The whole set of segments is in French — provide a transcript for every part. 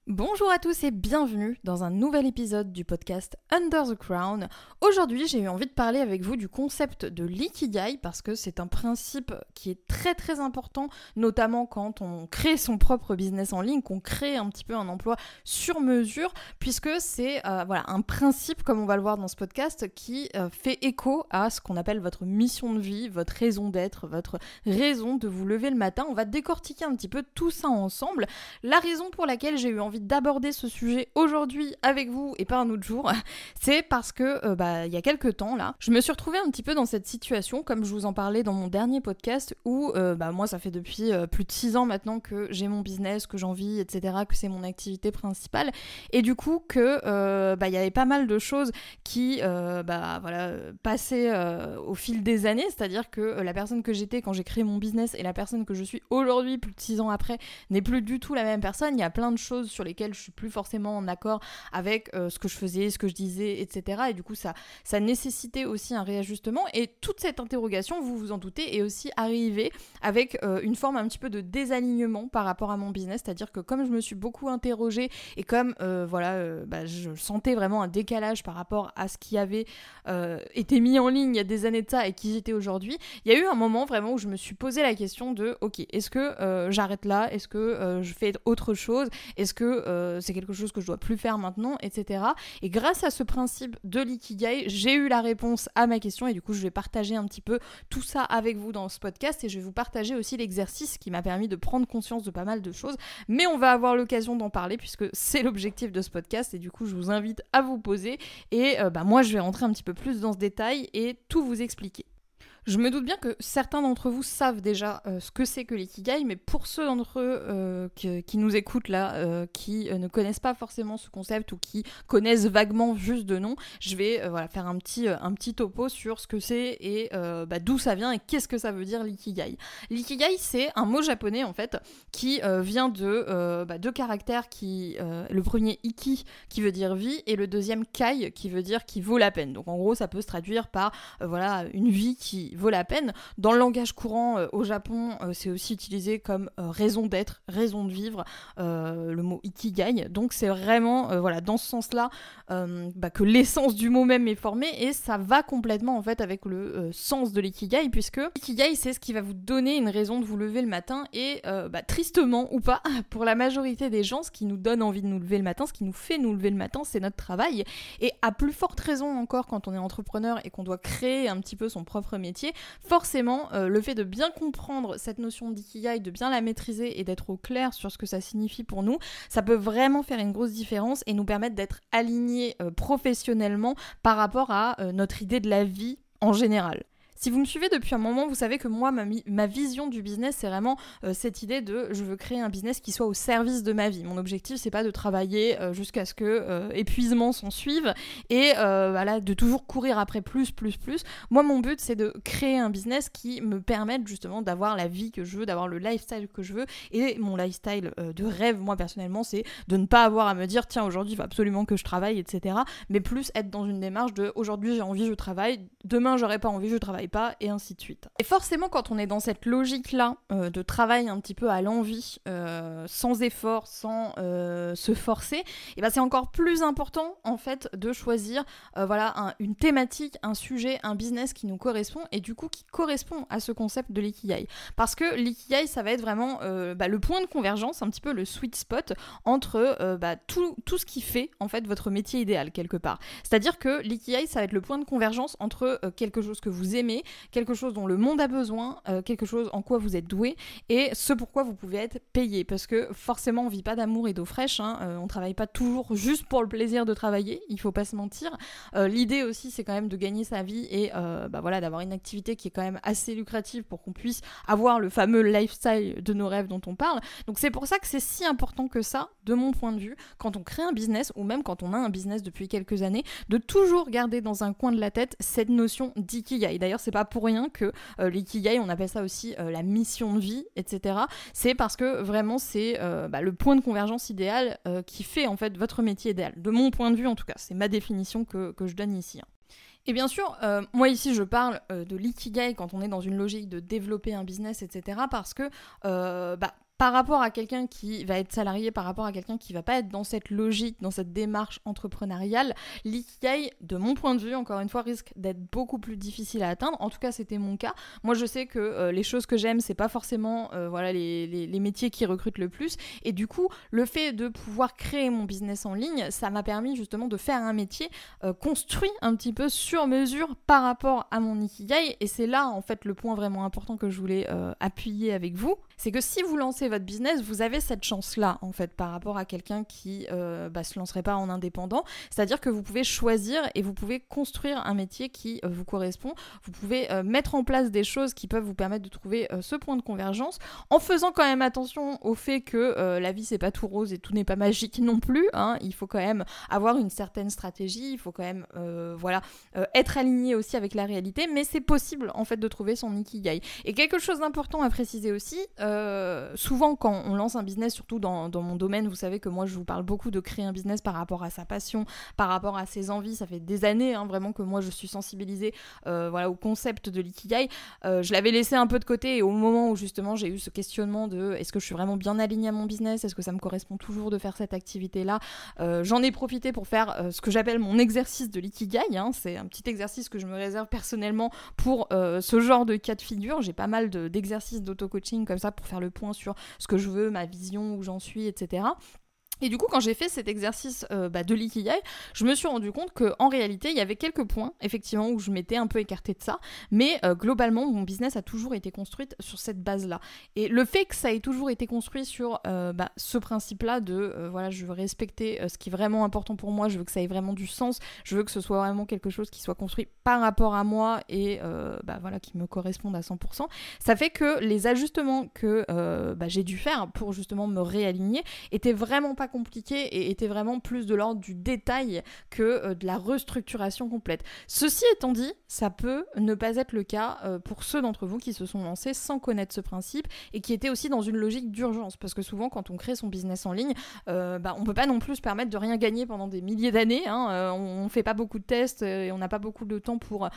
Bonjour à tous et bienvenue dans un nouvel épisode du podcast Under the Crown. Aujourd'hui, j'ai eu envie de parler avec vous du concept de l'ikigai parce que c'est un principe qui est très très important, notamment quand on crée son propre business en ligne, qu'on crée un petit peu un emploi sur mesure, puisque c'est un principe, comme on va le voir dans ce podcast, qui fait écho à ce qu'on appelle votre mission de vie, votre raison d'être, votre raison de vous lever le matin. On va décortiquer un petit peu tout ça ensemble. La raison pour laquelle j'ai eu envie d'aborder ce sujet aujourd'hui avec vous et pas un autre jour, c'est parce que il y a quelques temps là, je me suis retrouvée un petit peu dans cette situation, comme je vous en parlais dans mon dernier podcast, où moi ça fait depuis plus de 6 ans maintenant que j'ai mon business, que j'en vis, etc., que c'est mon activité principale, et du coup que il y avait pas mal de choses qui passaient au fil des années, c'est-à-dire que la personne que j'étais quand j'ai créé mon business et la personne que je suis aujourd'hui, plus de 6 ans après, n'est plus du tout la même personne. Il y a plein de choses sur lesquelles je suis plus forcément en accord avec ce que je faisais, ce que je disais, etc. Et du coup, ça nécessitait aussi un réajustement. Et toute cette interrogation, vous vous en doutez, est aussi arrivée avec une forme un petit peu de désalignement par rapport à mon business. C'est-à-dire que comme je me suis beaucoup interrogée et comme je sentais vraiment un décalage par rapport à ce qui avait été mis en ligne il y a des années de ça et qui j'étais aujourd'hui, il y a eu un moment vraiment où je me suis posé la question de ok, est-ce que j'arrête là, est-ce que je fais autre chose, est-ce que c'est quelque chose que je dois plus faire maintenant, etc. Et grâce à ce principe de l'ikigai, j'ai eu la réponse à ma question et du coup je vais partager un petit peu tout ça avec vous dans ce podcast et je vais vous partager aussi l'exercice qui m'a permis de prendre conscience de pas mal de choses, mais on va avoir l'occasion d'en parler puisque c'est l'objectif de ce podcast et du coup je vous invite à vous poser et moi je vais rentrer un petit peu plus dans ce détail et tout vous expliquer. Je me doute bien que certains d'entre vous savent déjà ce que c'est que l'ikigai, mais pour ceux d'entre eux qui nous écoutent là, qui ne connaissent pas forcément ce concept ou qui connaissent vaguement juste de nom, je vais faire un petit topo sur ce que c'est et d'où ça vient et qu'est-ce que ça veut dire l'ikigai. L'ikigai, c'est un mot japonais en fait qui vient de deux caractères le premier iki qui veut dire vie et le deuxième kai qui veut dire qui vaut la peine. Donc en gros, ça peut se traduire par une vie qui vaut la peine. Dans le langage courant au Japon, c'est aussi utilisé comme raison d'être, raison de vivre, le mot ikigai. Donc c'est vraiment dans ce sens-là que l'essence du mot même est formée et ça va complètement en fait avec le sens de l'ikigai puisque l'ikigai c'est ce qui va vous donner une raison de vous lever le matin et tristement ou pas, pour la majorité des gens, ce qui nous donne envie de nous lever le matin, ce qui nous fait nous lever le matin, c'est notre travail. Et à plus forte raison encore quand on est entrepreneur et qu'on doit créer un petit peu son propre métier, forcément le fait de bien comprendre cette notion d'ikigai, de bien la maîtriser et d'être au clair sur ce que ça signifie pour nous, ça peut vraiment faire une grosse différence et nous permettre d'être alignés professionnellement par rapport à notre idée de la vie en général. Si vous me suivez depuis un moment, vous savez que moi, ma vision du business, c'est vraiment cette idée de je veux créer un business qui soit au service de ma vie. Mon objectif, c'est pas de travailler jusqu'à ce que épuisement s'en suive et de toujours courir après plus. Moi, mon but, c'est de créer un business qui me permette justement d'avoir la vie que je veux, d'avoir le lifestyle que je veux. Et mon lifestyle de rêve, moi, personnellement, c'est de ne pas avoir à me dire tiens, aujourd'hui, il faut absolument que je travaille, etc. Mais plus être dans une démarche de aujourd'hui, j'ai envie, je travaille, demain, j'aurai pas envie, je travaille pas, et ainsi de suite. Et forcément, quand on est dans cette logique-là de travail un petit peu à l'envie, sans effort, sans se forcer, et c'est encore plus important en fait de choisir une thématique, un sujet, un business qui nous correspond et du coup qui correspond à ce concept de l'ikigai. Parce que l'ikigai, ça va être vraiment le point de convergence, un petit peu le sweet spot entre tout ce qui fait en fait votre métier idéal quelque part. C'est-à-dire que l'ikigai, ça va être le point de convergence entre quelque chose que vous aimez, quelque chose dont le monde a besoin, quelque chose en quoi vous êtes doué et ce pourquoi vous pouvez être payé. Parce que forcément, on vit pas d'amour et d'eau fraîche, on travaille pas toujours juste pour le plaisir de travailler, il faut pas se mentir. L'idée aussi, c'est quand même de gagner sa vie et d'avoir une activité qui est quand même assez lucrative pour qu'on puisse avoir le fameux lifestyle de nos rêves dont on parle. Donc c'est pour ça que c'est si important que ça, de mon point de vue, quand on crée un business ou même quand on a un business depuis quelques années, de toujours garder dans un coin de la tête cette notion d'ikigai. D'ailleurs, c'est pas pour rien que l'ikigai, on appelle ça aussi la mission de vie, etc. C'est parce que vraiment c'est le point de convergence idéal qui fait en fait votre métier idéal. De mon point de vue en tout cas, c'est ma définition que je donne ici. Et bien sûr, moi ici je parle de l'ikigai quand on est dans une logique de développer un business, etc. Parce que par rapport à quelqu'un qui va être salarié, par rapport à quelqu'un qui va pas être dans cette logique, dans cette démarche entrepreneuriale, l'ikigai, de mon point de vue, encore une fois, risque d'être beaucoup plus difficile à atteindre. En tout cas, c'était mon cas. Moi, je sais que les choses que j'aime, c'est pas forcément les métiers qui recrutent le plus. Et du coup, le fait de pouvoir créer mon business en ligne, ça m'a permis justement de faire un métier construit un petit peu sur mesure par rapport à mon ikigai. Et c'est là, en fait, le point vraiment important que je voulais appuyer avec vous. C'est que si vous lancez votre business, vous avez cette chance-là, en fait, par rapport à quelqu'un qui se lancerait pas en indépendant. C'est-à-dire que vous pouvez choisir et vous pouvez construire un métier qui vous correspond. Vous pouvez mettre en place des choses qui peuvent vous permettre de trouver ce point de convergence, en faisant quand même attention au fait que la vie, c'est pas tout rose et tout n'est pas magique non plus. Hein. Il faut quand même avoir une certaine stratégie, il faut quand même être aligné aussi avec la réalité, mais c'est possible, en fait, de trouver son ikigai. Et quelque chose d'important à préciser aussi, souvent quand on lance un business, surtout dans mon domaine, vous savez que moi je vous parle beaucoup de créer un business par rapport à sa passion, par rapport à ses envies. Ça fait des années vraiment que moi je suis sensibilisée au concept de l'ikigai. Je l'avais laissé un peu de côté, et au moment où justement j'ai eu ce questionnement de est-ce que je suis vraiment bien alignée à mon business, est-ce que ça me correspond toujours de faire cette activité-là, j'en ai profité pour faire ce que j'appelle mon exercice de l'ikigai. C'est un petit exercice que je me réserve personnellement pour ce genre de cas de figure. J'ai pas mal d'exercices d'auto-coaching comme ça pour faire le point sur ce que je veux, ma vision, où j'en suis, etc. Et du coup, quand j'ai fait cet exercice de l'ikigai, je me suis rendu compte qu'en réalité, il y avait quelques points, effectivement, où je m'étais un peu écartée de ça, mais globalement, mon business a toujours été construit sur cette base-là. Et le fait que ça ait toujours été construit sur ce principe-là de, je veux respecter ce qui est vraiment important pour moi, je veux que ça ait vraiment du sens, je veux que ce soit vraiment quelque chose qui soit construit par rapport à moi et qui me corresponde à 100%, ça fait que les ajustements que j'ai dû faire pour justement me réaligner étaient vraiment pas compliqué et était vraiment plus de l'ordre du détail que de la restructuration complète. Ceci étant dit, ça peut ne pas être le cas pour ceux d'entre vous qui se sont lancés sans connaître ce principe et qui étaient aussi dans une logique d'urgence, parce que souvent quand on crée son business en ligne, on peut pas non plus se permettre de rien gagner pendant des milliers d'années, on fait pas beaucoup de tests et on n'a pas beaucoup de temps pour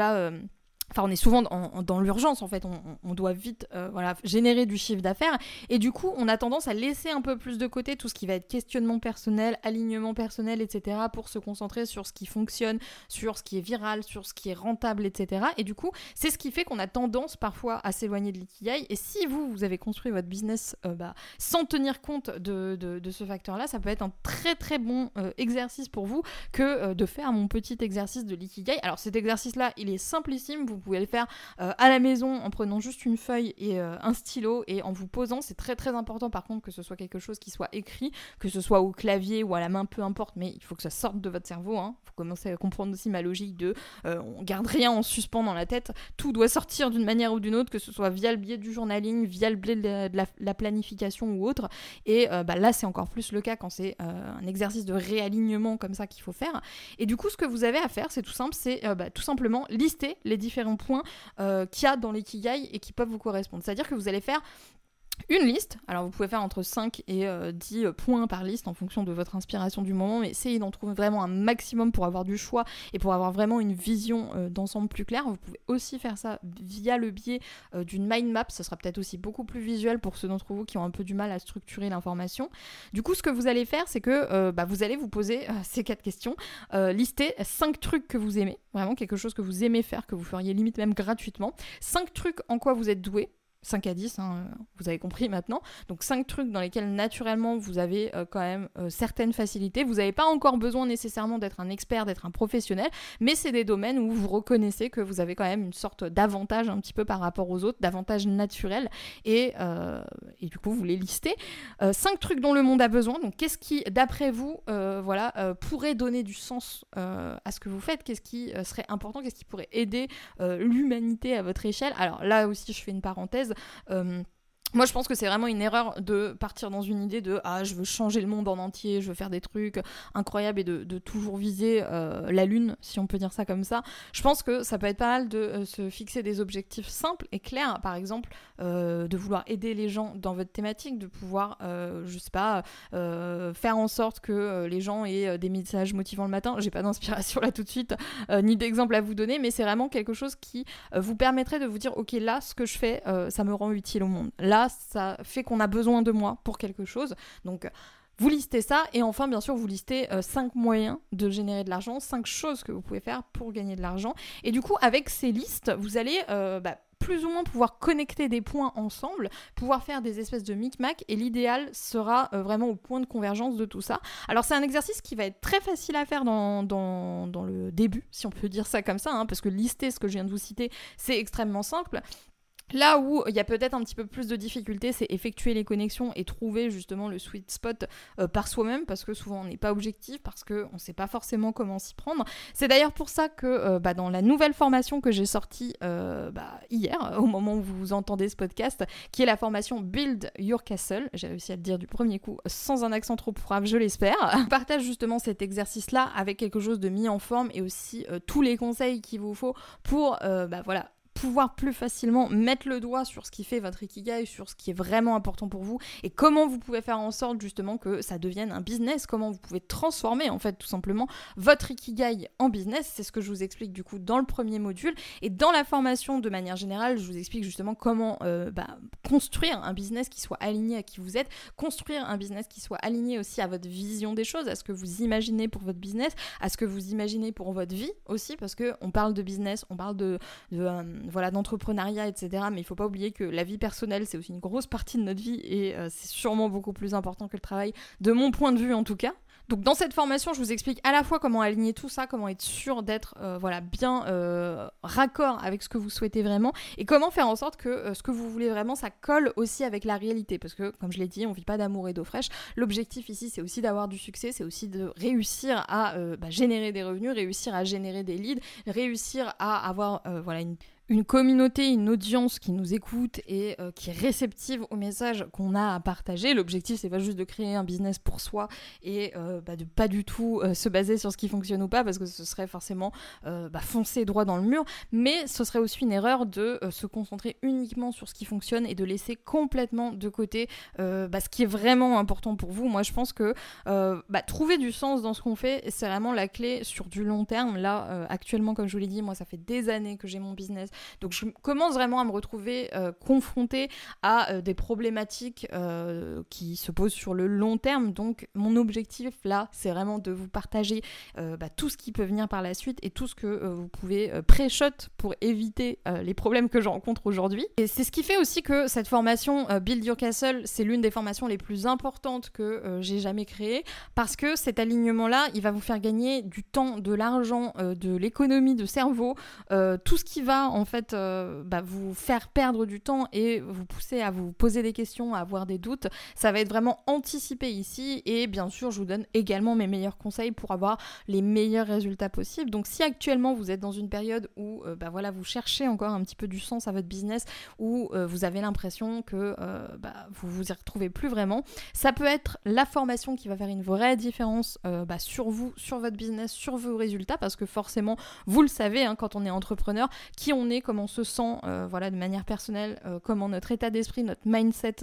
on est souvent dans l'urgence, en fait, on doit vite générer du chiffre d'affaires, et du coup on a tendance à laisser un peu plus de côté tout ce qui va être questionnement personnel, alignement personnel, etc., pour se concentrer sur ce qui fonctionne, sur ce qui est viral, sur ce qui est rentable, etc. Et du coup c'est ce qui fait qu'on a tendance parfois à s'éloigner de l'ikigai. Et si vous avez construit votre business sans tenir compte de ce facteur-là, ça peut être un très très bon exercice pour vous que de faire mon petit exercice de l'ikigai. Alors cet exercice-là, il est simplissime, vous pouvez le faire à la maison en prenant juste une feuille et un stylo et en vous posant. C'est très très important par contre que ce soit quelque chose qui soit écrit, que ce soit au clavier ou à la main, peu importe, mais il faut que ça sorte de votre cerveau. Faut commencer à comprendre aussi ma logique de on garde rien en suspens dans la tête, tout doit sortir d'une manière ou d'une autre, que ce soit via le biais du journaling, via le biais de la planification ou autre. Et là c'est encore plus le cas quand c'est un exercice de réalignement comme ça qu'il faut faire. Et du coup ce que vous avez à faire, c'est tout simple, c'est tout simplement lister les différents points qu'il y a dans l'ikigai et qui peuvent vous correspondre. C'est-à-dire que vous allez faire une liste. Alors vous pouvez faire entre 5 et 10 points par liste en fonction de votre inspiration du moment, mais essayez d'en trouver vraiment un maximum pour avoir du choix et pour avoir vraiment une vision d'ensemble plus claire. Vous pouvez aussi faire ça via le biais d'une mind map, ça sera peut-être aussi beaucoup plus visuel pour ceux d'entre vous qui ont un peu du mal à structurer l'information. Du coup ce que vous allez faire, c'est que vous allez vous poser ces 4 questions, lister 5 trucs que vous aimez, vraiment quelque chose que vous aimez faire, que vous feriez limite même gratuitement, 5 trucs en quoi vous êtes doué, 5 à 10, vous avez compris maintenant. Donc 5 trucs dans lesquels naturellement vous avez quand même certaines facilités. Vous n'avez pas encore besoin nécessairement d'être un expert, d'être un professionnel, mais c'est des domaines où vous reconnaissez que vous avez quand même une sorte d'avantage un petit peu par rapport aux autres, d'avantage naturel, et du coup vous les listez. 5 trucs dont le monde a besoin, donc qu'est-ce qui d'après vous pourrait donner du sens à ce que vous faites, qu'est-ce qui serait important, qu'est-ce qui pourrait aider l'humanité à votre échelle. Alors là aussi je fais une parenthèse. Moi, je pense que c'est vraiment une erreur de partir dans une idée de « Ah, je veux changer le monde en entier, je veux faire des trucs incroyables » et de toujours viser la lune, si on peut dire ça comme ça. Je pense que ça peut être pas mal de se fixer des objectifs simples et clairs. Par exemple, de vouloir aider les gens dans votre thématique, de pouvoir, faire en sorte que les gens aient des messages motivants le matin. J'ai pas d'inspiration là tout de suite, ni d'exemple à vous donner, mais c'est vraiment quelque chose qui vous permettrait de vous dire « Ok, là, ce que je fais, ça me rend utile au monde. Là, là, ça fait qu'on a besoin de moi pour quelque chose. Donc, vous listez ça et enfin, bien sûr, vous listez 5 moyens de générer de l'argent, 5 choses que vous pouvez faire pour gagner de l'argent. Et du coup, avec ces listes, vous allez plus ou moins pouvoir connecter des points ensemble, pouvoir faire des espèces de micmac et l'idéal sera vraiment au point de convergence de tout ça. Alors c'est un exercice qui va être très facile à faire dans le début, si on peut dire ça comme ça, hein, parce que lister ce que je viens de vous citer, c'est extrêmement simple. Là où il y a peut-être un petit peu plus de difficulté, c'est effectuer les connexions et trouver justement le sweet spot par soi-même, parce que souvent on n'est pas objectif, parce qu'on ne sait pas forcément comment s'y prendre. C'est d'ailleurs pour ça que dans la nouvelle formation que j'ai sortie hier, au moment où vous entendez ce podcast, qui est la formation Build Your Castle, j'ai réussi à le dire du premier coup sans un accent trop grave, je l'espère, je partage justement cet exercice-là avec quelque chose de mis en forme et aussi tous les conseils qu'il vous faut pour pouvoir plus facilement mettre le doigt sur ce qui fait votre ikigai, sur ce qui est vraiment important pour vous et comment vous pouvez faire en sorte justement que ça devienne un business, comment vous pouvez transformer en fait tout simplement votre ikigai en business. C'est ce que je vous explique du coup dans le premier module et dans la formation de manière générale, je vous explique justement comment construire un business qui soit aligné à qui vous êtes, construire un business qui soit aligné aussi à votre vision des choses, à ce que vous imaginez pour votre business, à ce que vous imaginez pour votre vie aussi, parce qu'on parle de business, on parle d'entrepreneuriat, etc. Mais il ne faut pas oublier que la vie personnelle, c'est aussi une grosse partie de notre vie et c'est sûrement beaucoup plus important que le travail, de mon point de vue en tout cas. Donc dans cette formation, je vous explique à la fois comment aligner tout ça, comment être sûr d'être bien raccord avec ce que vous souhaitez vraiment et comment faire en sorte que ce que vous voulez vraiment, ça colle aussi avec la réalité. Parce que, comme je l'ai dit, on ne vit pas d'amour et d'eau fraîche. L'objectif ici, c'est aussi d'avoir du succès, c'est aussi de réussir à générer des revenus, réussir à générer des leads, réussir à avoir une communauté, une audience qui nous écoute et qui est réceptive aux messages qu'on a à partager. L'objectif, c'est pas juste de créer un business pour soi et de pas du tout se baser sur ce qui fonctionne ou pas, parce que ce serait forcément foncer droit dans le mur, mais ce serait aussi une erreur de se concentrer uniquement sur ce qui fonctionne et de laisser complètement de côté ce qui est vraiment important pour vous. Moi, je pense que trouver du sens dans ce qu'on fait, c'est vraiment la clé sur du long terme. Là, actuellement, comme je vous l'ai dit, moi, ça fait des années que j'ai mon business. Donc je commence vraiment à me retrouver confrontée à des problématiques qui se posent sur le long terme. Donc mon objectif là, c'est vraiment de vous partager tout ce qui peut venir par la suite et tout ce que vous pouvez pré-shot pour éviter les problèmes que je rencontre aujourd'hui. Et c'est ce qui fait aussi que cette formation Build Your Castle, c'est l'une des formations les plus importantes que j'ai jamais créées, parce que cet alignement-là, il va vous faire gagner du temps, de l'argent, de l'économie de cerveau, tout ce qui va en fait vous faire perdre du temps et vous pousser à vous poser des questions, à avoir des doutes. Ça va être vraiment anticipé ici et bien sûr je vous donne également mes meilleurs conseils pour avoir les meilleurs résultats possibles. Donc si actuellement vous êtes dans une période où vous cherchez encore un petit peu du sens à votre business, où vous avez l'impression que vous vous y retrouvez plus vraiment, ça peut être la formation qui va faire une vraie différence sur vous, sur votre business, sur vos résultats, parce que forcément vous le savez, quand on est entrepreneur, qui on est, comment on se sent de manière personnelle, comment notre état d'esprit, notre mindset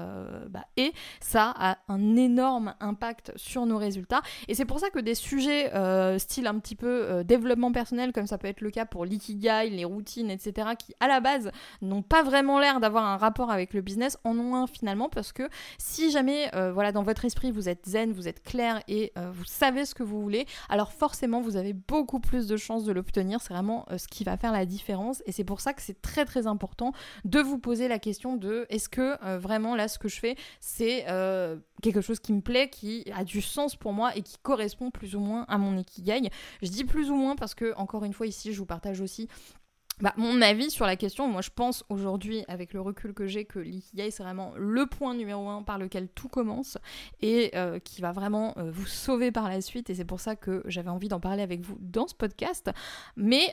est, ça a un énorme impact sur nos résultats. Et c'est pour ça que des sujets style un petit peu développement personnel, comme ça peut être le cas pour l'ikigai, les routines, etc., qui à la base n'ont pas vraiment l'air d'avoir un rapport avec le business, en ont un finalement, parce que si jamais dans votre esprit vous êtes zen, vous êtes clair et vous savez ce que vous voulez, alors forcément vous avez beaucoup plus de chances de l'obtenir. C'est vraiment ce qui va faire la différence. Et c'est pour ça que c'est très très important de vous poser la question de est-ce que vraiment là ce que je fais c'est quelque chose qui me plaît, qui a du sens pour moi et qui correspond plus ou moins à mon ikigai. Je dis plus ou moins parce que encore une fois ici je vous partage aussi mon avis sur la question. Moi je pense aujourd'hui avec le recul que j'ai que l'ikigai c'est vraiment le point numéro 1 par lequel tout commence et qui va vraiment vous sauver par la suite, et c'est pour ça que j'avais envie d'en parler avec vous dans ce podcast. Mais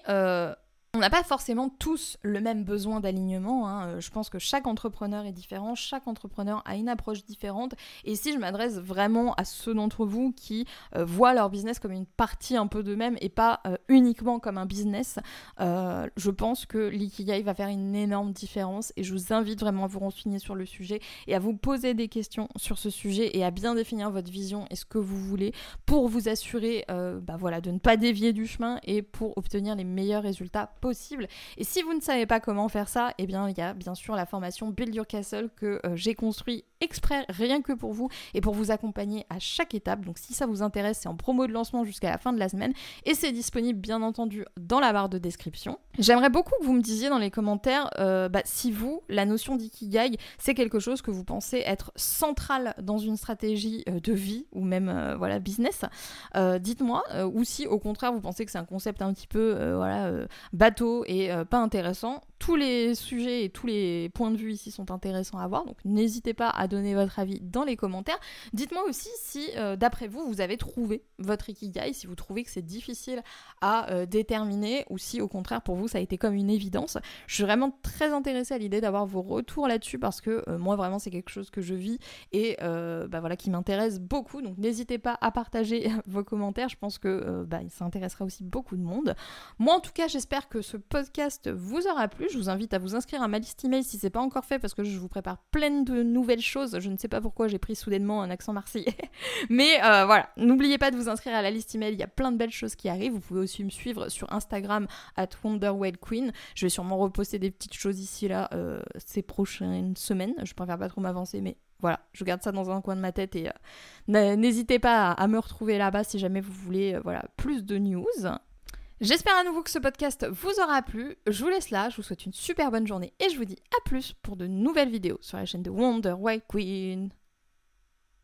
on n'a pas forcément tous le même besoin d'alignement. Je pense que chaque entrepreneur est différent, chaque entrepreneur a une approche différente. Et ici, je m'adresse vraiment à ceux d'entre vous qui voient leur business comme une partie un peu d'eux-mêmes et pas uniquement comme un business. Je pense que l'ikigai va faire une énorme différence et je vous invite vraiment à vous renseigner sur le sujet et à vous poser des questions sur ce sujet et à bien définir votre vision et ce que vous voulez pour vous assurer de ne pas dévier du chemin et pour obtenir les meilleurs résultats possible. Et si vous ne savez pas comment faire ça, eh bien il y a bien sûr la formation Build Your Castle que j'ai construit exprès rien que pour vous et pour vous accompagner à chaque étape. Donc si ça vous intéresse, c'est en promo de lancement jusqu'à la fin de la semaine et c'est disponible bien entendu dans la barre de description. J'aimerais beaucoup que vous me disiez dans les commentaires si vous, la notion d'ikigai, c'est quelque chose que vous pensez être central dans une stratégie de vie ou même business. Dites-moi, ou si au contraire vous pensez que c'est un concept un petit peu bateau et pas intéressant. Tous les sujets et tous les points de vue ici sont intéressants à voir, donc n'hésitez pas à donner votre avis dans les commentaires. Dites-moi aussi si, d'après vous, vous avez trouvé votre ikigai, si vous trouvez que c'est difficile à déterminer, ou si au contraire pour vous ça a été comme une évidence. Je suis vraiment très intéressée à l'idée d'avoir vos retours là-dessus, parce que moi vraiment c'est quelque chose que je vis et qui m'intéresse beaucoup, donc n'hésitez pas à partager vos commentaires, je pense que ça intéressera aussi beaucoup de monde. Moi en tout cas j'espère que ce podcast vous aura plu. Je vous invite à vous inscrire à ma liste email si c'est pas encore fait, parce que je vous prépare plein de nouvelles choses. Je ne sais pas pourquoi j'ai pris soudainement un accent marseillais. Mais n'oubliez pas de vous inscrire à la liste email, il y a plein de belles choses qui arrivent. Vous pouvez aussi me suivre sur Instagram @WonderWhaleQueen. Je vais sûrement reposter des petites choses ici là ces prochaines semaines. Je préfère pas trop m'avancer, mais voilà, je garde ça dans un coin de ma tête et n'hésitez pas à me retrouver là-bas si jamais vous voulez plus de news. J'espère à nouveau que ce podcast vous aura plu. Je vous laisse là, je vous souhaite une super bonne journée et je vous dis à plus pour de nouvelles vidéos sur la chaîne de Wonder White Queen.